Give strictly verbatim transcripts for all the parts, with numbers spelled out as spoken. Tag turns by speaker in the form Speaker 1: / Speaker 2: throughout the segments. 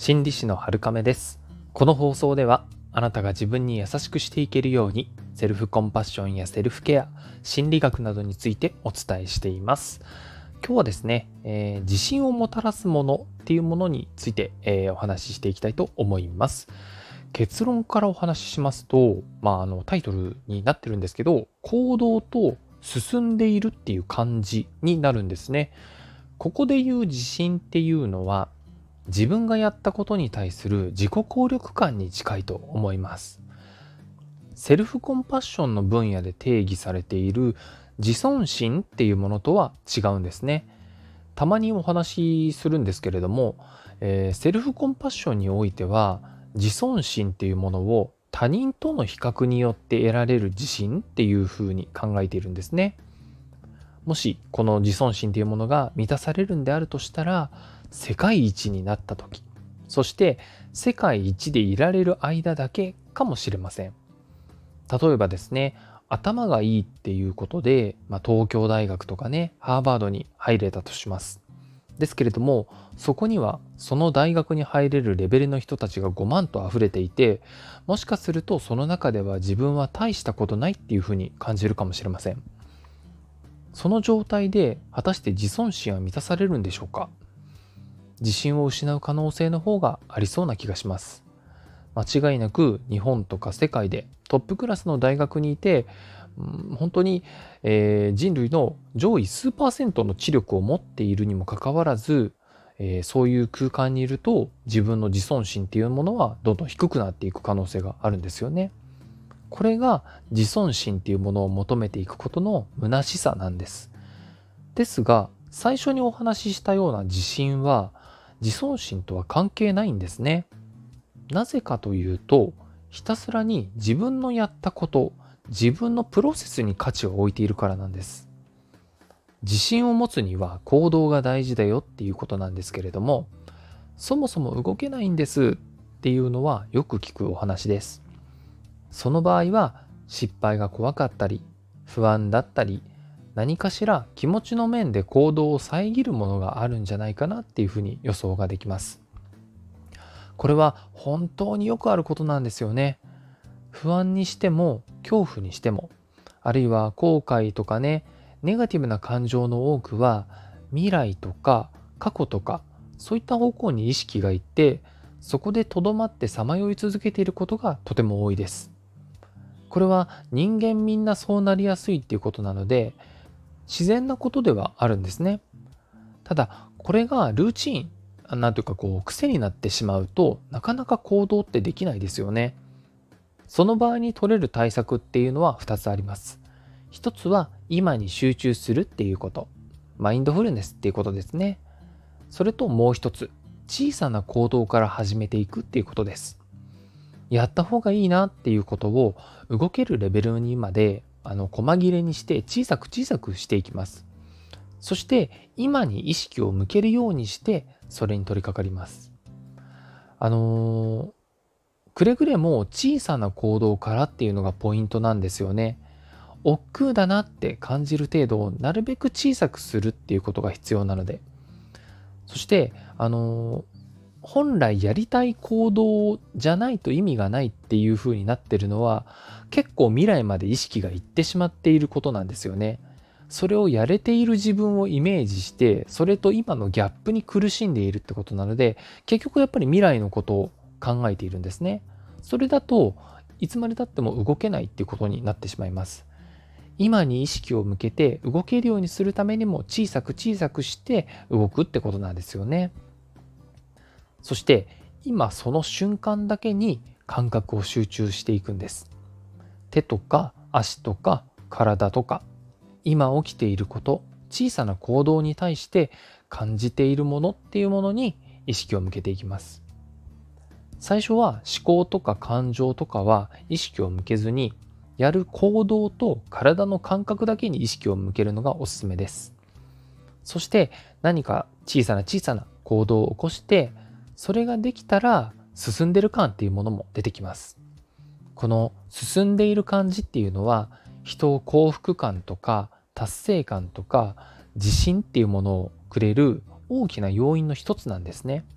Speaker 1: 心理師の春亀です。この放送ではあなたが自分に優しくしていけるようにセルフコンパッションやセルフケア、心理学などについてお伝えしています。今日はですね、えー自信をもたらすものっていうものについて、えーお話ししていきたいと思います。結論からお話ししますと、まあ、あのタイトルになってるんですけど、行動と進んでいるっていう感じになるんですね。ここで言う自信っていうのは、自分がやったことに対する自己効力感に近いと思います。セルフコンパッションの分野で定義されている自尊心っていうものとは違うんですね。たまにお話しするんですけれども、えーセルフコンパッションにおいては自尊心っていうものを他人との比較によって得られる自信っていうふうに考えているんですね。もしこの自尊心というものが満たされるんであるとしたら、世界一になった時、そして世界一でいられる間だけかもしれません。例えばですね、頭がいいっていうことで、まあ、東京大学とかね、ハーバードに入れたとします。ですけれども、そこにはその大学に入れるレベルの人たちがごまんと溢れていて、もしかするとその中では自分は大したことないっていうふうに感じるかもしれません。その状態で果たして自尊心は満たされるんでしょうか？自信を失う可能性の方がありそうな気がします。間違いなく日本とか世界でトップクラスの大学にいて、うん本当に、えー人類の上位数パーセントの知力を持っているにもかかわらず、えーそういう空間にいると自分の自尊心っていうものはどんどん低くなっていく可能性があるんですよね。これが自尊心っていうものを求めていくことの虚しさなんです。ですが、最初にお話ししたような自信は自尊心とは関係ないんですね。なぜかというと、ひたすらに自分のやったこと、自分のプロセスに価値を置いているからなんです。自信を持つには行動が大事だよっていうことなんですけれども、そもそも動けないんですっていうのはよく聞くお話です。その場合は失敗が怖かったり、不安だったり、何かしら気持ちの面で行動を遮るものがあるんじゃないかなっていうふうに予想ができます。これは本当によくあることなんですよね。不安にしても恐怖にしても、あるいは後悔とかね、ネガティブな感情の多くは未来とか過去とか、そういった方向に意識がいって、そこでとどまってさまよい続けていることがとても多いです。これは人間みんなそうなりやすいっていうことなので、自然なことではあるんですね。ただ、これがルーチン、あなんというかこう癖になってしまうと、なかなか行動ってできないですよね。その場合に取れる対策っていうのはふたつあります。ひとつは今に集中するっていうこと。マインドフルネスっていうことですね。それともう一つ、小さな行動から始めていくっていうことです。やった方がいいなっていうことを動けるレベルにまであの細切れにして小さく小さくしていきます。そして今に意識を向けるようにしてそれに取り掛かります。あのーくれぐれも小さな行動からっていうのがポイントなんですよね。億劫だなって感じる程度をなるべく小さくするっていうことが必要なので。そして、あのー本来やりたい行動じゃないと意味がないっていう風になってるのは、結構未来まで意識がいってしまっていることなんですよね。それをやれている自分をイメージして、それと今のギャップに苦しんでいるってことなので、結局やっぱり未来のことを考えているんですね。それだといつまで経っても動けないっていうことになってしまいます。今に意識を向けて動けるようにするためにも小さく小さくして動くってことなんですよね。そして今その瞬間だけに感覚を集中していくんです。手とか足とか体とか、今起きていること、小さな行動に対して感じているものっていうものに意識を向けていきます。最初は思考とか感情とかは意識を向けずに、やる行動と体の感覚だけに意識を向けるのがおすすめです。そして何か小さな小さな行動を起こして、それができたら進んでる感っていうものも出てきます。この進んでいる感じっていうのは、人を幸福感とか達成感とか自信っていうものをくれる大きな要因の一つなんですね。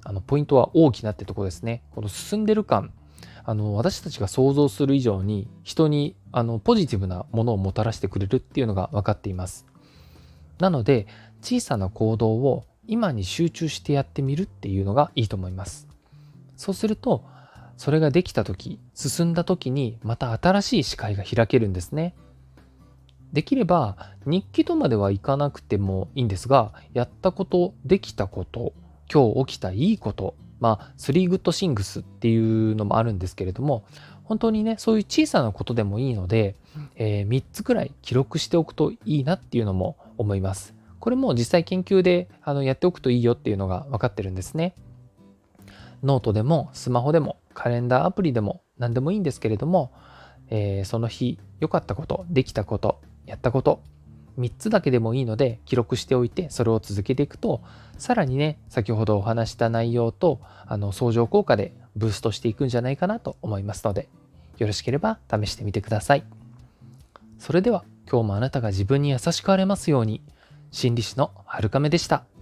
Speaker 1: あのポイントは大きなってとこですね。この進んでる感、あの私たちが想像する以上に人にあのポジティブなものをもたらしてくれるっていうのが分かっています。なので小さな行動を今に集中してやってみるっていうのがいいと思います。そうするとそれができた時、進んだ時にまた新しい視界が開けるんですね。できれば日記とまではいかなくてもいいんですが、やったこと、できたこと、今日起きたいいこと、まあスリーグッドシングスっていうのもあるんですけれども、本当にねそういう小さなことでもいいので、えー、みっつくらい記録しておくといいなっていうのも思います。これも実際研究であのやっておくといいよっていうのが分かってるんですね。ノートでもスマホでもカレンダーアプリでも何でもいいんですけれども、えーその日良かったこと、できたこと、やったこと、みっつだけでもいいので記録しておいて、それを続けていくと、さらにね先ほどお話した内容とあの相乗効果でブーストしていくんじゃないかなと思いますので、よろしければ試してみてください。それでは今日もあなたが自分に優しくあれますように。心理師のはるかめでした。